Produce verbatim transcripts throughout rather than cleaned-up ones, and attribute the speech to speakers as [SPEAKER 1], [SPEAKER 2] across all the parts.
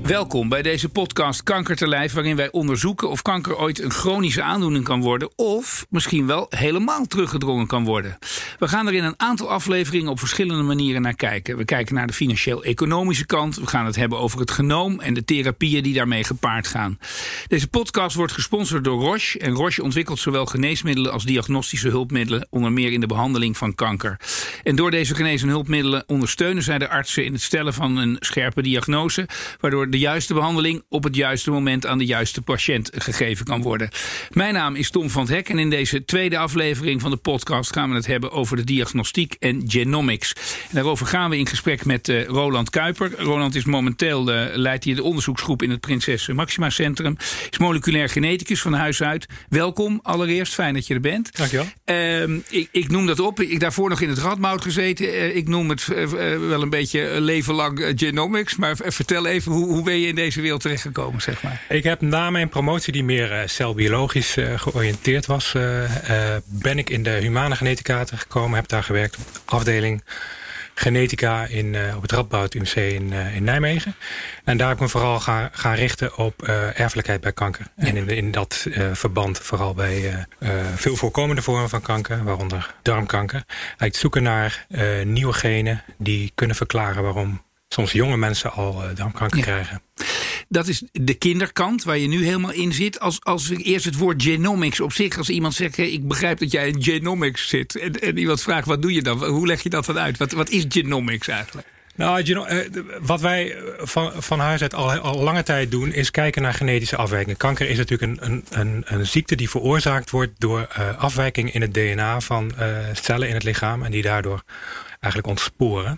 [SPEAKER 1] Welkom bij deze podcast Kanker te lijf, waarin wij onderzoeken of kanker ooit een chronische aandoening kan worden of misschien wel helemaal teruggedrongen kan worden. We gaan er in een aantal afleveringen op verschillende manieren naar kijken. We kijken naar de financieel-economische kant. We gaan het hebben over het genoom en de therapieën die daarmee gepaard gaan. Deze podcast wordt gesponsord door Roche. En Roche ontwikkelt zowel geneesmiddelen als diagnostische hulpmiddelen, onder meer in de behandeling van kanker. En door deze genees- en hulpmiddelen ondersteunen zij de artsen in het stellen van een scherpe diagnose, waardoor de juiste behandeling op het juiste moment aan de juiste patiënt gegeven kan worden. Mijn naam is Tom van 't Hek en in deze tweede aflevering van de podcast gaan we het hebben over de diagnostiek en genomics. En daarover gaan we in gesprek met uh, Roland Kuiper. Roland is momenteel uh, leidt hier de onderzoeksgroep in het Prinses Maxima Centrum. Is moleculair geneticus van huis uit. Welkom allereerst, fijn dat je er bent.
[SPEAKER 2] Dankjewel.
[SPEAKER 1] Uh, ik, ik noem dat op. Ik daarvoor nog in het Radboud gezeten. Uh, ik noem het uh, uh, wel een beetje leven lang uh, genomics. Maar uh, vertel even, hoe, hoe ben je in deze wereld terechtgekomen, zeg maar?
[SPEAKER 2] Ik heb na mijn promotie, die meer uh, celbiologisch uh, georiënteerd was, uh, uh, ben ik in de humane genetica terechtgekomen. Heb daar gewerkt op afdeling genetica in, uh, op het Radboud U M C in, uh, in Nijmegen. En daar heb ik me vooral gaan, gaan richten op uh, erfelijkheid bij kanker. Ja. En in, in dat uh, verband vooral bij uh, uh, veel voorkomende vormen van kanker, waaronder darmkanker. Eigenlijk zoeken naar uh, nieuwe genen die kunnen verklaren waarom soms jonge mensen al uh, darmkanker ja. krijgen.
[SPEAKER 1] Dat is de kinderkant waar je nu helemaal in zit. Als, als ik eerst het woord genomics op zich, als iemand zegt, hey, ik begrijp dat jij in genomics zit. En, en iemand vraagt, wat doe je dan? Hoe leg je dat dan uit? Wat, wat is genomics eigenlijk?
[SPEAKER 2] Nou, geno- wat wij van, van huis uit al, al lange tijd doen, is kijken naar genetische afwijkingen. Kanker is natuurlijk een, een, een, een ziekte die veroorzaakt wordt door uh, afwijkingen in het D N A van uh, cellen in het lichaam en die daardoor eigenlijk ontsporen.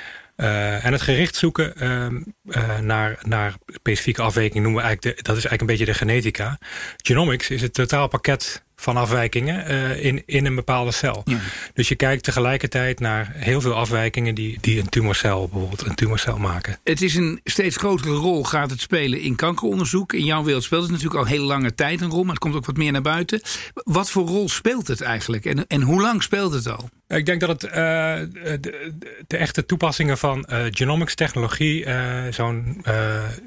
[SPEAKER 2] Uh, en het gericht zoeken uh, uh, naar, naar specifieke afwijkingen noemen we eigenlijk de, dat is eigenlijk een beetje de genetica. Genomics is het totaalpakket van afwijkingen uh, in, in een bepaalde cel. Ja. Dus je kijkt tegelijkertijd naar heel veel afwijkingen die, die een tumorcel bijvoorbeeld een tumorcel maken.
[SPEAKER 1] Het is een steeds grotere rol gaat het spelen in kankeronderzoek. In jouw wereld speelt het natuurlijk al heel lange tijd een rol, maar het komt ook wat meer naar buiten. Wat voor rol speelt het eigenlijk en, en hoe lang speelt het al?
[SPEAKER 2] Ik denk dat het uh, de, de echte toepassingen van uh, genomics technologie uh, zo'n uh,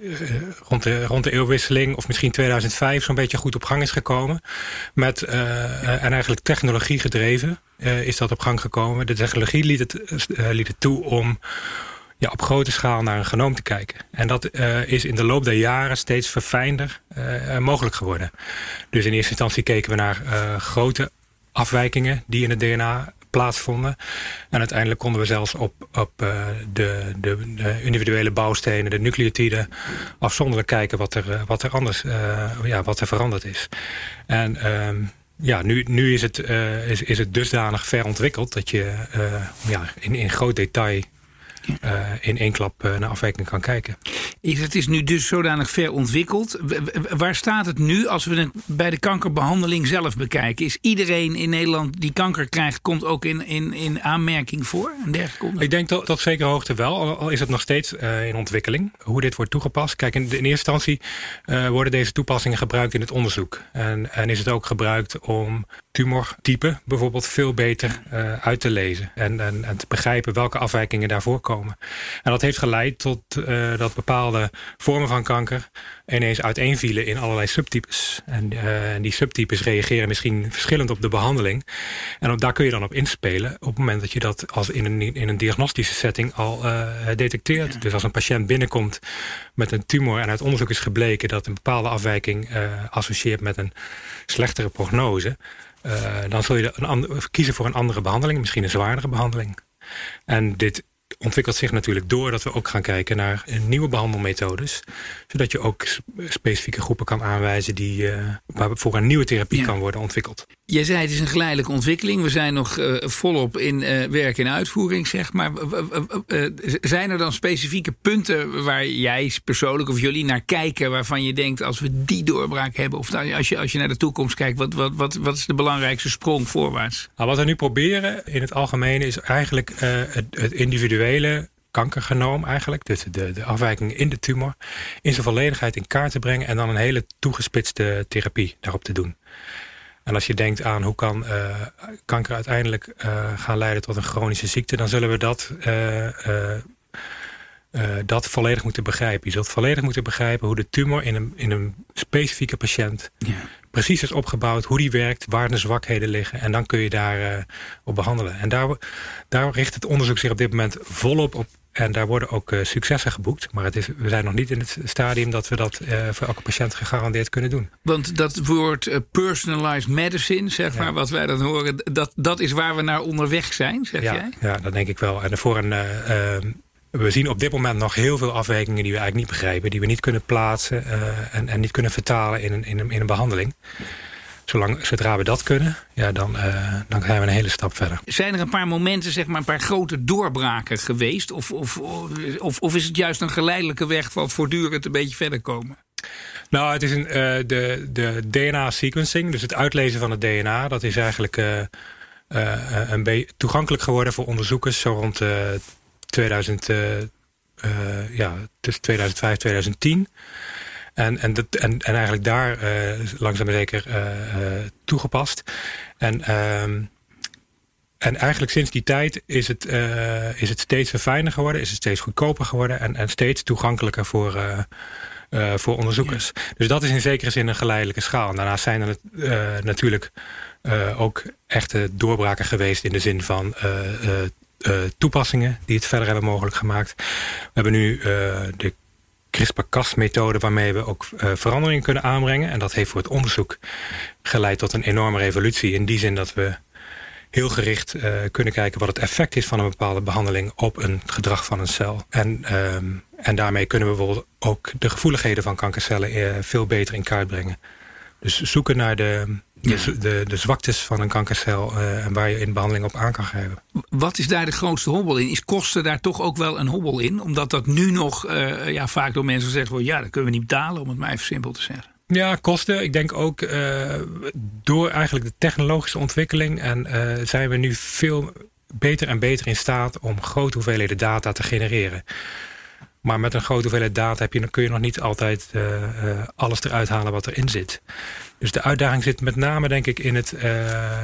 [SPEAKER 2] rond, de, rond de eeuwwisseling of misschien tweeduizend vijf zo'n beetje goed op gang is gekomen. Met uh, uh, en eigenlijk technologie gedreven uh, is dat op gang gekomen. De technologie liet het, uh, liet het toe om ja, op grote schaal naar een genoom te kijken. En dat uh, is in de loop der jaren steeds verfijnder uh, mogelijk geworden. Dus in eerste instantie keken we naar uh, grote afwijkingen die in het D N A plaatsvonden. En uiteindelijk konden we zelfs op, op uh, de, de, de individuele bouwstenen, de nucleotiden, afzonderlijk kijken wat er, uh, wat er anders uh, ja, wat er veranderd is. En um, ja, nu, nu is, het, uh, is, is het dusdanig ver ontwikkeld dat je uh, ja, in, in groot detail Uh, in één klap uh, naar afwijking kan kijken.
[SPEAKER 1] Is het is nu dus zodanig ver ontwikkeld. W- waar staat het nu als we het bij de kankerbehandeling zelf bekijken? Is iedereen in Nederland die kanker krijgt, komt ook in, in, in aanmerking voor? Een dergelijke
[SPEAKER 2] Ik denk tot, tot zekere hoogte wel, al is het nog steeds uh, in ontwikkeling. Hoe dit wordt toegepast. Kijk, in, in eerste instantie uh, worden deze toepassingen gebruikt in het onderzoek. En, en is het ook gebruikt om tumortypen bijvoorbeeld veel beter uh, uit te lezen. En, en, en te begrijpen welke afwijkingen daarvoor komen. En dat heeft geleid tot uh, dat bepaalde vormen van kanker ineens uiteenvielen in allerlei subtypes. En uh, die subtypes reageren misschien verschillend op de behandeling. En op, daar kun je dan op inspelen op het moment dat je dat als in een, in een diagnostische setting al uh, detecteert. Ja. Dus als een patiënt binnenkomt met een tumor en uit onderzoek is gebleken dat een bepaalde afwijking uh, associeert met een slechtere prognose, uh, dan zul je een and- kiezen voor een andere behandeling, misschien een zwaardere behandeling. En dit ontwikkelt zich natuurlijk door dat we ook gaan kijken naar nieuwe behandelmethodes. Zodat je ook specifieke groepen kan aanwijzen die uh, waarvoor een nieuwe therapie ja. kan worden ontwikkeld.
[SPEAKER 1] Jij zei het is een geleidelijke ontwikkeling. We zijn nog uh, volop in uh, werk en uitvoering, zeg maar. Uh, uh, uh, zijn er dan specifieke punten waar jij persoonlijk of jullie naar kijken, waarvan je denkt, als we die doorbraak hebben, of als je, als je naar de toekomst kijkt, wat, wat, wat, wat is de belangrijkste sprong voorwaarts?
[SPEAKER 2] Nou, wat we nu proberen in het algemeen is eigenlijk uh, het, het individuele kankergenoom eigenlijk, dus de, de afwijking in de tumor, in zijn volledigheid in kaart te brengen en dan een hele toegespitste therapie daarop te doen. En als je denkt aan hoe kan uh, kanker uiteindelijk uh, gaan leiden tot een chronische ziekte, dan zullen we dat uh, uh, uh, dat volledig moeten begrijpen. Je zult volledig moeten begrijpen hoe de tumor in een, in een specifieke patiënt ja. precies is opgebouwd, hoe die werkt, waar de zwakheden liggen. En dan kun je daar uh, op behandelen. En daar, daar richt het onderzoek zich op dit moment volop op. En daar worden ook uh, successen geboekt. Maar het is, we zijn nog niet in het stadium dat we dat uh, voor elke patiënt gegarandeerd kunnen doen.
[SPEAKER 1] Want dat woord uh, personalized medicine, zeg maar, ja. wat wij dan horen, dat, dat is waar we naar onderweg zijn, zeg
[SPEAKER 2] ja,
[SPEAKER 1] jij? Ja,
[SPEAKER 2] dat denk ik wel. En voor een, uh, uh, we zien op dit moment nog heel veel afwijkingen die we eigenlijk niet begrijpen. Die we niet kunnen plaatsen uh, en, en niet kunnen vertalen in een, in een, in een behandeling. Zolang, zodra we dat kunnen, ja, dan, uh, dan zijn we een hele stap verder.
[SPEAKER 1] Zijn er een paar momenten, zeg maar, een paar grote doorbraken geweest? Of, of, of, of is het juist een geleidelijke weg van voortdurend een beetje verder komen?
[SPEAKER 2] Nou, het is een, uh, de, de D N A-sequencing, dus het uitlezen van het D N A... dat is eigenlijk uh, uh, een be- toegankelijk geworden voor onderzoekers zo rond uh, tweeduizend, uh, uh, ja, tussen tweeduizend vijf en tweeduizend tien... En, en, dat, en, en eigenlijk daar uh, langzaam maar zeker uh, uh, toegepast. En, uh, en eigenlijk sinds die tijd is het, uh, is het steeds verfijnder geworden. Is het steeds goedkoper geworden. En, en steeds toegankelijker voor, uh, uh, voor onderzoekers. Ja. Dus dat is in zekere zin een geleidelijke schaal. En daarnaast zijn er uh, natuurlijk uh, ook echte doorbraken geweest. In de zin van uh, uh, uh, toepassingen die het verder hebben mogelijk gemaakt. We hebben nu uh, de CRISPR-Cas-methode waarmee we ook uh, veranderingen kunnen aanbrengen. En dat heeft voor het onderzoek geleid tot een enorme revolutie. In die zin dat we heel gericht uh, kunnen kijken wat het effect is van een bepaalde behandeling op een gedrag van een cel. En, um, en daarmee kunnen we bijvoorbeeld ook de gevoeligheden van kankercellen uh, veel beter in kaart brengen. Dus zoeken naar de, ja. de, de, de zwaktes van een kankercel uh, en waar je in behandeling op aan kan grijpen.
[SPEAKER 1] Wat is daar de grootste hobbel in? Is kosten daar toch ook wel een hobbel in? Omdat dat nu nog uh, ja, vaak door mensen gezegd wordt, ja, dat kunnen we niet betalen, om het maar even simpel te zeggen.
[SPEAKER 2] Ja, kosten. Ik denk ook uh, door eigenlijk de technologische ontwikkeling en uh, zijn we nu veel beter en beter in staat om grote hoeveelheden data te genereren. Maar met een grote hoeveelheid data heb je, dan kun je nog niet altijd uh, uh, alles eruit halen wat erin zit. Dus de uitdaging zit met name, denk ik, in het, uh,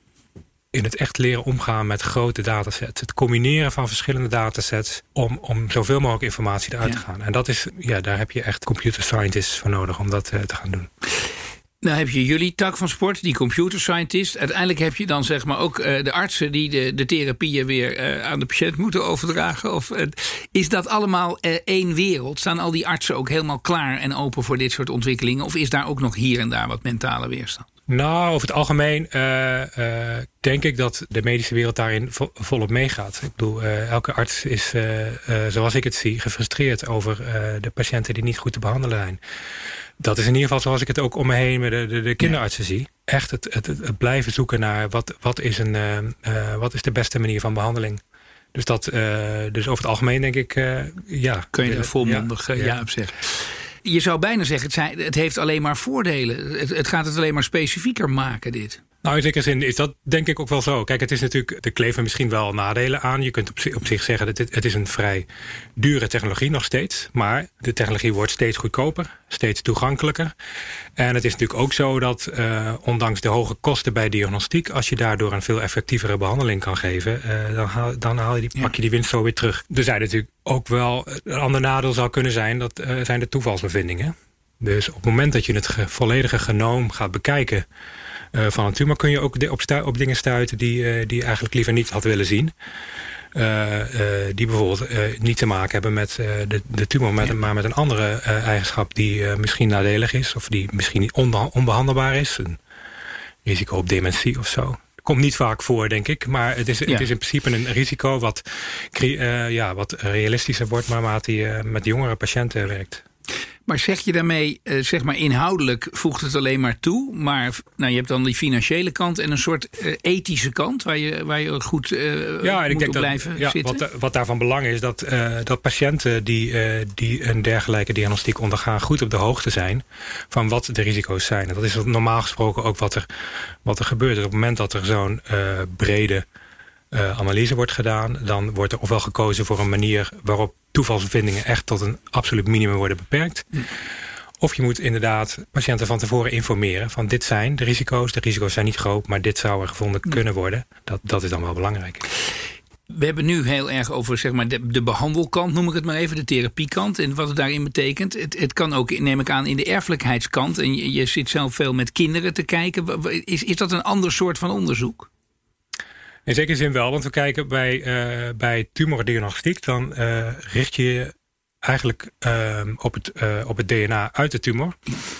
[SPEAKER 2] in het echt leren omgaan met grote datasets. Het combineren van verschillende datasets om, om zoveel mogelijk informatie eruit ja. te gaan. En dat is, ja, daar heb je echt computer scientists voor nodig om dat uh, te gaan doen.
[SPEAKER 1] Nou heb je jullie tak van sport, die computer scientist. Uiteindelijk heb je dan zeg maar ook uh, de artsen die de, de therapieën weer uh, aan de patiënt moeten overdragen. Of uh, is dat allemaal uh, één wereld? Staan al die artsen ook helemaal klaar en open voor dit soort ontwikkelingen? Of is daar ook nog hier en daar wat mentale weerstand?
[SPEAKER 2] Nou, over het algemeen uh, uh, denk ik dat de medische wereld daarin vo- volop meegaat. Ik bedoel, uh, elke arts is, uh, uh, zoals ik het zie, gefrustreerd over uh, de patiënten die niet goed te behandelen zijn. Dat is in ieder geval zoals ik het ook om me heen met de, de, de kinderartsen ja. zie. Echt het, het, het blijven zoeken naar wat, wat, is een, uh, uh, wat is de beste manier van behandeling. Dus, dat, uh, dus over het algemeen denk ik, uh, ja.
[SPEAKER 1] Kun je er volmondig ja, ja. ja op zeggen. Je zou bijna zeggen, het, zijn, het heeft alleen maar voordelen. Het, het gaat het alleen maar specifieker maken, dit.
[SPEAKER 2] Nou, in zekere zin is dat denk ik ook wel zo. Kijk, het is natuurlijk, er kleven misschien wel nadelen aan. Je kunt op zich, op zich zeggen, dat het, het is een vrij dure technologie nog steeds. Maar de technologie wordt steeds goedkoper, steeds toegankelijker. En het is natuurlijk ook zo dat, uh, ondanks de hoge kosten bij diagnostiek, als je daardoor een veel effectievere behandeling kan geven, uh, dan, haal, dan haal je die, pak je die winst zo weer terug. Er zijn natuurlijk ook wel, een ander nadeel zou kunnen zijn, dat uh, zijn de toevalsbevindingen. Dus op het moment dat je het ge, volledige genoom gaat bekijken Uh, van een tumor kun je ook de, op, stu- op dingen stuiten die, uh, die je eigenlijk liever niet had willen zien. Uh, uh, die bijvoorbeeld uh, niet te maken hebben met uh, de, de tumor, met, ja. maar met een andere uh, eigenschap die uh, misschien nadelig is of die misschien niet onbe- onbehandelbaar is. Een risico op dementie of zo. Komt niet vaak voor, denk ik. Maar het is, ja. het is in principe een risico wat, uh, ja, wat realistischer wordt naarmate je uh, met jongere patiënten werkt.
[SPEAKER 1] Maar zeg je daarmee, uh, zeg maar inhoudelijk voegt het alleen maar toe. Maar nou, je hebt dan die financiële kant en een soort uh, ethische kant waar je, waar je goed uh, ja, moet ik denk op dat, blijven ja, zitten.
[SPEAKER 2] Wat, wat daarvan belang is dat, uh, dat patiënten die, uh, die een dergelijke diagnostiek ondergaan goed op de hoogte zijn van wat de risico's zijn. En dat is normaal gesproken ook wat er, wat er gebeurt. Dus op het moment dat er zo'n uh, brede uh, analyse wordt gedaan, dan wordt er ofwel gekozen voor een manier waarop toevalsbevindingen echt tot een absoluut minimum worden beperkt. Hm. Of je moet inderdaad patiënten van tevoren informeren van dit zijn de risico's. De risico's zijn niet groot, maar dit zou er gevonden hm. kunnen worden. Dat, dat is dan wel belangrijk.
[SPEAKER 1] We hebben nu heel erg over zeg maar, de, de behandelkant, noem ik het maar even, de therapiekant en wat het daarin betekent. Het, het kan ook, neem ik aan, in de erfelijkheidskant. En je, je zit zelf veel met kinderen te kijken. Is, is dat een ander soort van onderzoek?
[SPEAKER 2] In zekere zin wel, want we kijken bij, uh, bij tumordiagnostiek, dan uh, richt je je eigenlijk uh, op, het, uh, op het D N A uit de tumor.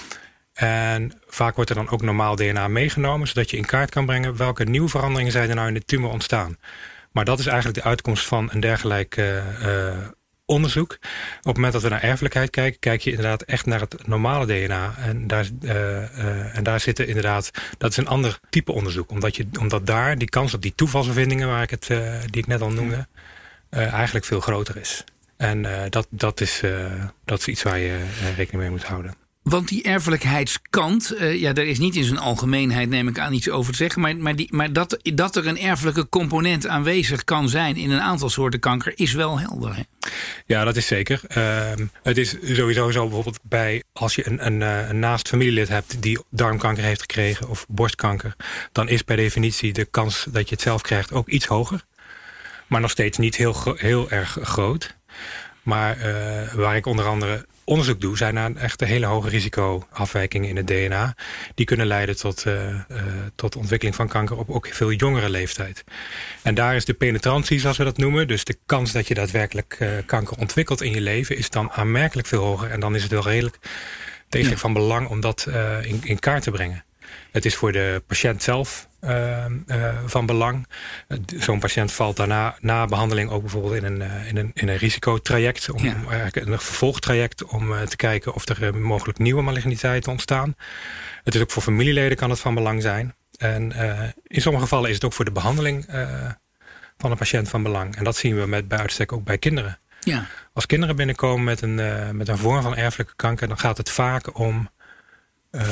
[SPEAKER 2] En vaak wordt er dan ook normaal D N A meegenomen, zodat je in kaart kan brengen welke nieuwe veranderingen zijn er nou in de tumor ontstaan. Maar dat is eigenlijk de uitkomst van een dergelijk uh, uh, onderzoek. Op het moment dat we naar erfelijkheid kijken, kijk je inderdaad echt naar het normale D N A. En daar, uh, uh, en daar zitten inderdaad, dat is een ander type onderzoek. Omdat, je, omdat daar die kans op die toevalsbevindingen, waar ik het, uh, die ik net al noemde, uh, eigenlijk veel groter is. En uh, dat, dat, is, uh, dat is iets waar je uh, rekening mee moet houden.
[SPEAKER 1] Want die erfelijkheidskant, uh, ja, daar is niet in zijn algemeenheid, neem ik aan, iets over te zeggen. Maar, maar, die, maar dat, dat er een erfelijke component aanwezig kan zijn in een aantal soorten kanker, is wel helder. Hè?
[SPEAKER 2] Ja, dat is zeker. Uh, het is sowieso zo bijvoorbeeld bij, als je een, een, een naast familielid hebt die darmkanker heeft gekregen of borstkanker, dan is per definitie de kans dat je het zelf krijgt ook iets hoger. Maar nog steeds niet heel, heel erg groot. Maar uh, waar ik onder andere onderzoek doe, zijn naar echt een hele hoge risicoafwijkingen in het D N A. Die kunnen leiden tot, uh, uh, tot ontwikkeling van kanker op ook veel jongere leeftijd. En daar is de penetrantie, zoals we dat noemen, dus de kans dat je daadwerkelijk uh, kanker ontwikkelt in je leven, is dan aanmerkelijk veel hoger. En dan is het wel redelijk degelijk ja. van belang om dat uh, in, in kaart te brengen. Het is voor de patiënt zelf uh, uh, van belang. Zo'n patiënt valt daarna na behandeling ook bijvoorbeeld in een, uh, in een, in een risicotraject. Om, ja. Een vervolgtraject om uh, te kijken of er uh, mogelijk nieuwe maligniteiten ontstaan. Het is ook voor familieleden kan het van belang zijn. En uh, in sommige gevallen is het ook voor de behandeling uh, van een patiënt van belang. En dat zien we met bij uitstek ook bij kinderen.
[SPEAKER 1] Ja.
[SPEAKER 2] Als kinderen binnenkomen met een, uh, met een vorm van erfelijke kanker, dan gaat het vaak om Uh,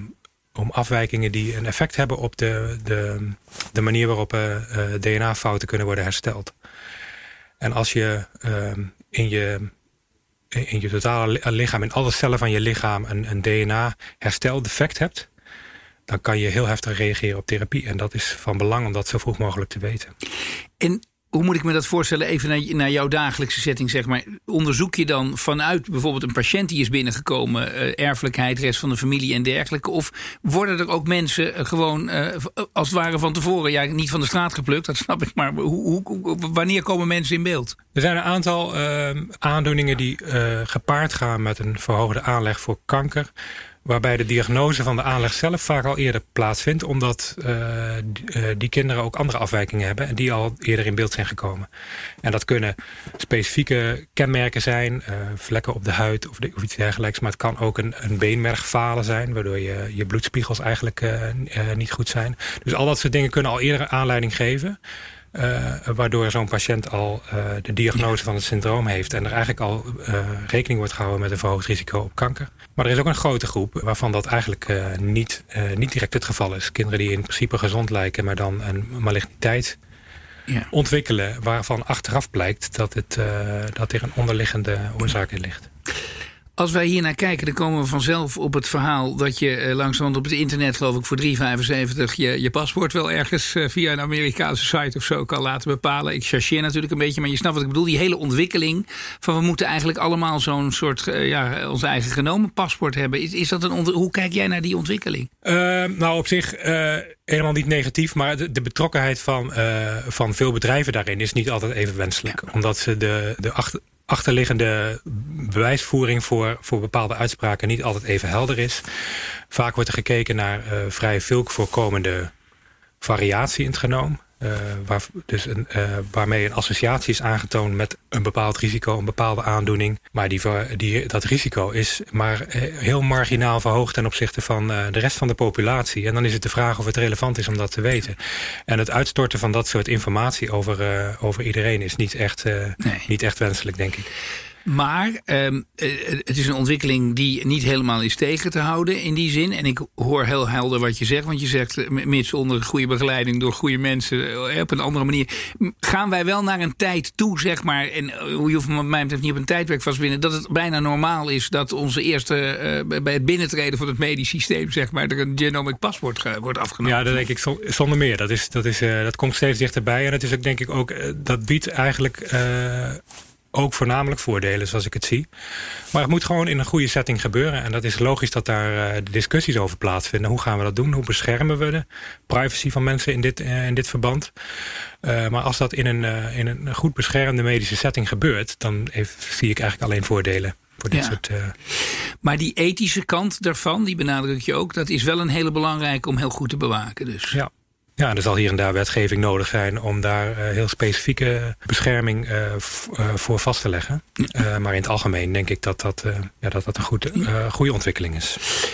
[SPEAKER 2] om afwijkingen die een effect hebben op de, de, de manier waarop uh, uh, D N A-fouten kunnen worden hersteld. En als je uh, in je, in je totale lichaam, in alle cellen van je lichaam, een, een D N A-hersteldefect hebt, dan kan je heel heftig reageren op therapie. En dat is van belang om dat zo vroeg mogelijk te weten.
[SPEAKER 1] En hoe moet ik me dat voorstellen, even naar, naar jouw dagelijkse setting, zeg maar. Onderzoek je dan vanuit bijvoorbeeld een patiënt die is binnengekomen, uh, erfelijkheid, rest van de familie en dergelijke? Of worden er ook mensen uh, gewoon, uh, als het ware van tevoren, ja, niet van de straat geplukt, dat snap ik, maar hoe, hoe, wanneer komen mensen in beeld?
[SPEAKER 2] Er zijn een aantal uh, aandoeningen die uh, gepaard gaan met een verhoogde aanleg voor kanker, waarbij de diagnose van de aanleg zelf vaak al eerder plaatsvindt, omdat uh, die, uh, die kinderen ook andere afwijkingen hebben en die al eerder in beeld zijn gekomen. En dat kunnen specifieke kenmerken zijn, uh, vlekken op de huid of, de, of iets dergelijks, maar het kan ook een, een beenmergfalen zijn, waardoor je, je bloedspiegels eigenlijk uh, uh, niet goed zijn. Dus al dat soort dingen kunnen al eerder aanleiding geven, Uh, waardoor zo'n patiënt al uh, de diagnose van het syndroom heeft en er eigenlijk al uh, rekening wordt gehouden met een verhoogd risico op kanker. Maar er is ook een grote groep waarvan dat eigenlijk uh, niet, uh, niet direct het geval is. Kinderen die in principe gezond lijken, maar dan een maligniteit ja. ontwikkelen, waarvan achteraf blijkt dat, het, uh, dat er een onderliggende oorzaak in ligt.
[SPEAKER 1] Als wij hier naar kijken, dan komen we vanzelf op het verhaal dat je eh, langzamerhand op het internet, geloof ik, voor drie vijfenzeventig je, je paspoort wel ergens eh, via een Amerikaanse site of zo kan laten bepalen. Ik chargeer natuurlijk een beetje, maar je snapt wat ik bedoel. Die hele ontwikkeling van we moeten eigenlijk allemaal zo'n soort, uh, ja, ons eigen genomen paspoort hebben. Is, is dat een onder- Hoe kijk jij naar die ontwikkeling?
[SPEAKER 2] Uh, nou, op zich uh, helemaal niet negatief, maar de, de betrokkenheid van, uh, van veel bedrijven daarin is niet altijd even wenselijk. Ja. Omdat ze de, de achter achterliggende bewijsvoering voor, voor bepaalde uitspraken niet altijd even helder is. Vaak wordt er gekeken naar uh, vrij veel voorkomende variatie in het genoom. Uh, waar, dus een, uh, waarmee een associatie is aangetoond met een bepaald risico, een bepaalde aandoening. Maar die, die, dat risico is maar heel marginaal verhoogd ten opzichte van uh, de rest van de populatie. En dan is het de vraag of het relevant is om dat te weten. En het uitstorten van dat soort informatie over, uh, over iedereen is niet echt, uh, nee. niet echt wenselijk, denk ik.
[SPEAKER 1] Maar um, het is een ontwikkeling die niet helemaal is tegen te houden in die zin. En ik hoor heel helder wat je zegt. Want je zegt, mits onder goede begeleiding door goede mensen op een andere manier. Gaan wij wel naar een tijd toe, zeg maar. En je hoeft wat mij betreft niet op een tijdperk vastbinden. Dat het bijna normaal is dat onze eerste, uh, bij het binnentreden van het medisch systeem, zeg maar, er een genomic paspoort ge- wordt afgenomen.
[SPEAKER 2] Ja, dat denk ik zonder meer. Dat, is, dat, is, uh, dat komt steeds dichterbij. En dat is ook, denk ik ook, uh, dat biedt eigenlijk uh, ook voornamelijk voordelen, zoals ik het zie. Maar het moet gewoon in een goede setting gebeuren. En dat is logisch dat daar uh, discussies over plaatsvinden. Hoe gaan we dat doen? Hoe beschermen we de privacy van mensen in dit, uh, in dit verband? Uh, maar als dat in een, uh, in een goed beschermde medische setting gebeurt, dan heeft, zie ik eigenlijk alleen voordelen. Voor dit
[SPEAKER 1] ja.
[SPEAKER 2] soort, uh...
[SPEAKER 1] Maar die ethische kant daarvan, die benadruk je ook, dat is wel een hele belangrijke om heel goed te bewaken. Dus.
[SPEAKER 2] Ja. Ja, er zal hier en daar wetgeving nodig zijn om daar uh, heel specifieke bescherming uh, f- uh, voor vast te leggen. Uh, maar in het algemeen denk ik dat dat, uh, ja, dat, dat een goed, uh, goede ontwikkeling is.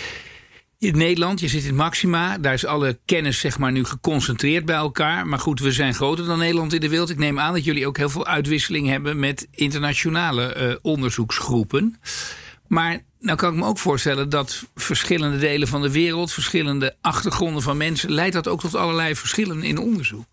[SPEAKER 1] In Nederland, je zit in Maxima, daar is alle kennis zeg maar nu geconcentreerd bij elkaar. Maar goed, we zijn groter dan Nederland in de wereld. Ik neem aan dat jullie ook heel veel uitwisseling hebben met internationale uh, onderzoeksgroepen. Maar nou kan ik me ook voorstellen dat verschillende delen van de wereld, verschillende achtergronden van mensen, leidt dat ook tot allerlei verschillen in onderzoek.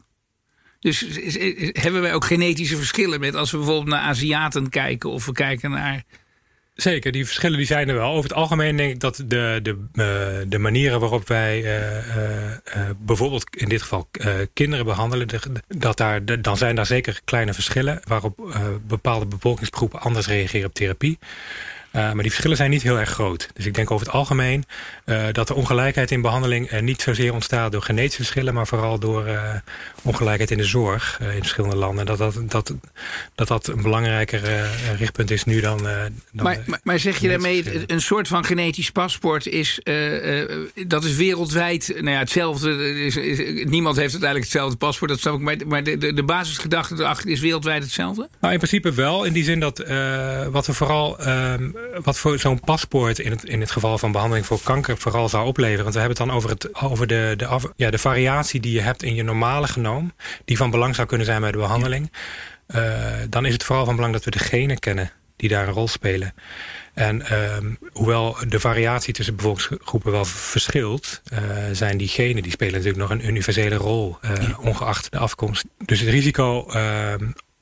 [SPEAKER 1] Dus is, is, hebben wij ook genetische verschillen met als we bijvoorbeeld naar Aziaten kijken of we kijken naar.
[SPEAKER 2] Zeker, die verschillen die zijn er wel. Over het algemeen denk ik dat de, de, uh, de manieren waarop wij uh, uh, uh, bijvoorbeeld in dit geval uh, kinderen behandelen, de, dat daar, de, dan zijn daar zeker kleine verschillen waarop uh, bepaalde bevolkingsgroepen anders reageren op therapie. Uh, maar die verschillen zijn niet heel erg groot. Dus ik denk over het algemeen uh, dat de ongelijkheid in behandeling uh, niet zozeer ontstaat door genetische verschillen, maar vooral door uh, ongelijkheid in de zorg uh, in verschillende landen. Dat dat, dat, dat, dat een belangrijker uh, richtpunt is nu dan. Uh, dan
[SPEAKER 1] maar, maar, maar zeg je daarmee, een soort van genetisch paspoort is, uh, uh, dat is wereldwijd, nou ja, hetzelfde. Is, is, niemand heeft uiteindelijk hetzelfde paspoort, dat snap ik. Maar, maar de, de, de basisgedachte erachter is wereldwijd hetzelfde?
[SPEAKER 2] Nou, in principe wel. In die zin dat uh, wat we vooral. Uh, Wat voor zo'n paspoort in het, in het geval van behandeling voor kanker vooral zou opleveren. Want we hebben het dan over, het, over de, de, af, ja, de variatie die je hebt in je normale genoom. Die van belang zou kunnen zijn bij de behandeling. Uh, dan is het vooral van belang dat we de genen kennen die daar een rol spelen. En um, hoewel de variatie tussen bevolkingsgroepen wel verschilt, uh, zijn die genen die spelen natuurlijk nog een universele rol. Uh, ja. Ongeacht de afkomst. Dus het risico uh,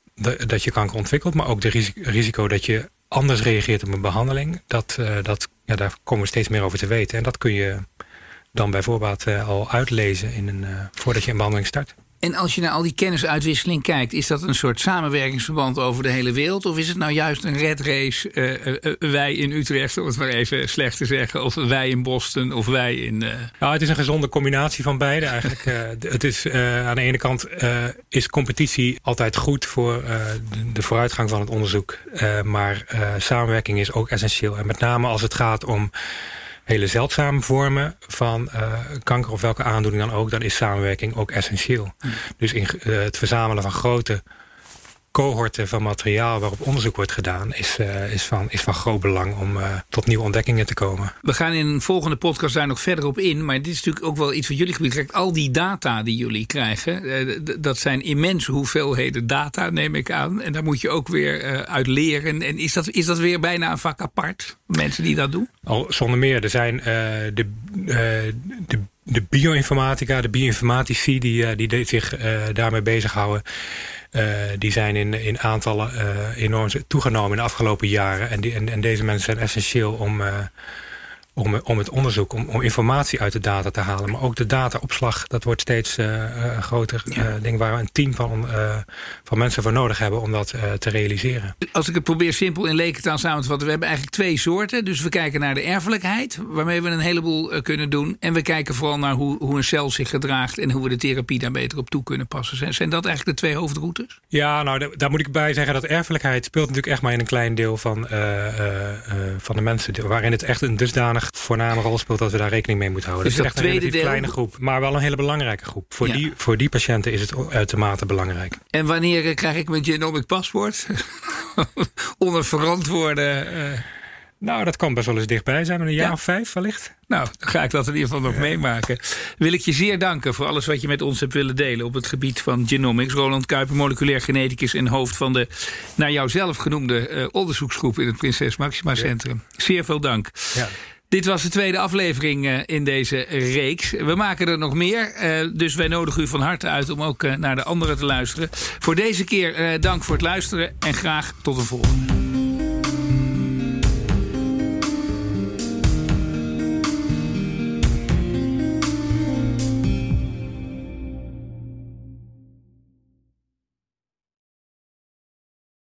[SPEAKER 2] dat je kanker ontwikkelt, maar ook het risico dat je anders reageert op een behandeling, dat, uh, dat, ja, daar komen we steeds meer over te weten. En dat kun je dan bij voorbaat uh, al uitlezen in een, uh, voordat je een behandeling start.
[SPEAKER 1] En als je naar al die kennisuitwisseling kijkt, is dat een soort samenwerkingsverband over de hele wereld? Of is het nou juist een red race, uh, uh, wij in Utrecht, om het maar even slecht te zeggen, of wij in Boston, of wij in. Uh...
[SPEAKER 2] Nou, het is een gezonde combinatie van beide eigenlijk. uh, het is, uh, aan de ene kant uh, is competitie altijd goed voor uh, de, de vooruitgang van het onderzoek. Uh, maar uh, samenwerking is ook essentieel. En met name als het gaat om hele zeldzame vormen van uh, kanker of welke aandoening dan ook, dan is samenwerking ook essentieel. Mm. Dus in uh, het verzamelen van grote cohorten van materiaal waarop onderzoek wordt gedaan, is, uh, is, van, is van groot belang om uh, tot nieuwe ontdekkingen te komen.
[SPEAKER 1] We gaan in een volgende podcast daar nog verder op in, maar dit is natuurlijk ook wel iets wat jullie gebied krijgt. Al die data die jullie krijgen, uh, d- dat zijn immense hoeveelheden data, neem ik aan. En daar moet je ook weer uh, uit leren. En is dat, is dat weer bijna een vak apart, mensen die dat doen?
[SPEAKER 2] Al zonder meer. Er zijn uh, de, uh, de, de bioinformatica, de bioinformatici die, uh, die zich uh, daarmee bezighouden. Uh, die zijn in, in aantallen uh, enorm toegenomen in de afgelopen jaren. En, die, en, en deze mensen zijn essentieel om, uh, om, om het onderzoek, om, om informatie uit de data te halen. Maar ook de dataopslag, dat wordt steeds uh, uh, groter. Ja. Uh, ding waar we een team van, uh, van mensen voor nodig hebben om dat uh, te realiseren.
[SPEAKER 1] Als ik het probeer simpel in lekentaal samen te vatten. We hebben eigenlijk twee soorten. Dus we kijken naar de erfelijkheid, waarmee we een heleboel uh, kunnen doen. En we kijken vooral naar hoe, hoe een cel zich gedraagt en hoe we de therapie daar beter op toe kunnen passen. Zijn, zijn dat eigenlijk de twee hoofdroutes?
[SPEAKER 2] Ja, nou d- daar moet ik bij zeggen dat erfelijkheid speelt natuurlijk echt maar in een klein deel van, uh, uh, uh, van de mensen. Waarin het echt een dusdanig voorname rol speelt dat we daar rekening mee moeten houden.
[SPEAKER 1] Dus
[SPEAKER 2] het is echt een relatief
[SPEAKER 1] deel...
[SPEAKER 2] kleine groep, maar wel een hele belangrijke groep. Voor,
[SPEAKER 1] ja.
[SPEAKER 2] die, voor die patiënten is het uitermate belangrijk.
[SPEAKER 1] En wanneer krijg ik mijn genomic paspoort? Onder verantwoorde... Uh...
[SPEAKER 2] Nou, dat kan best wel eens dichtbij zijn, met een jaar
[SPEAKER 1] Ja.
[SPEAKER 2] of vijf wellicht.
[SPEAKER 1] Nou, dan ga ik dat in ieder geval nog ja. meemaken. Wil ik je zeer danken voor alles wat je met ons hebt willen delen op het gebied van genomics. Roland Kuiper, moleculair geneticus en hoofd van de naar jou zelf genoemde uh, onderzoeksgroep in het Prinses Máxima Centrum. Ja. Zeer veel dank. Ja. Dit was de tweede aflevering uh, in deze reeks. We maken er nog meer, uh, dus wij nodigen u van harte uit om ook uh, naar de andere te luisteren. Voor deze keer uh, dank voor het luisteren en graag tot een volgende.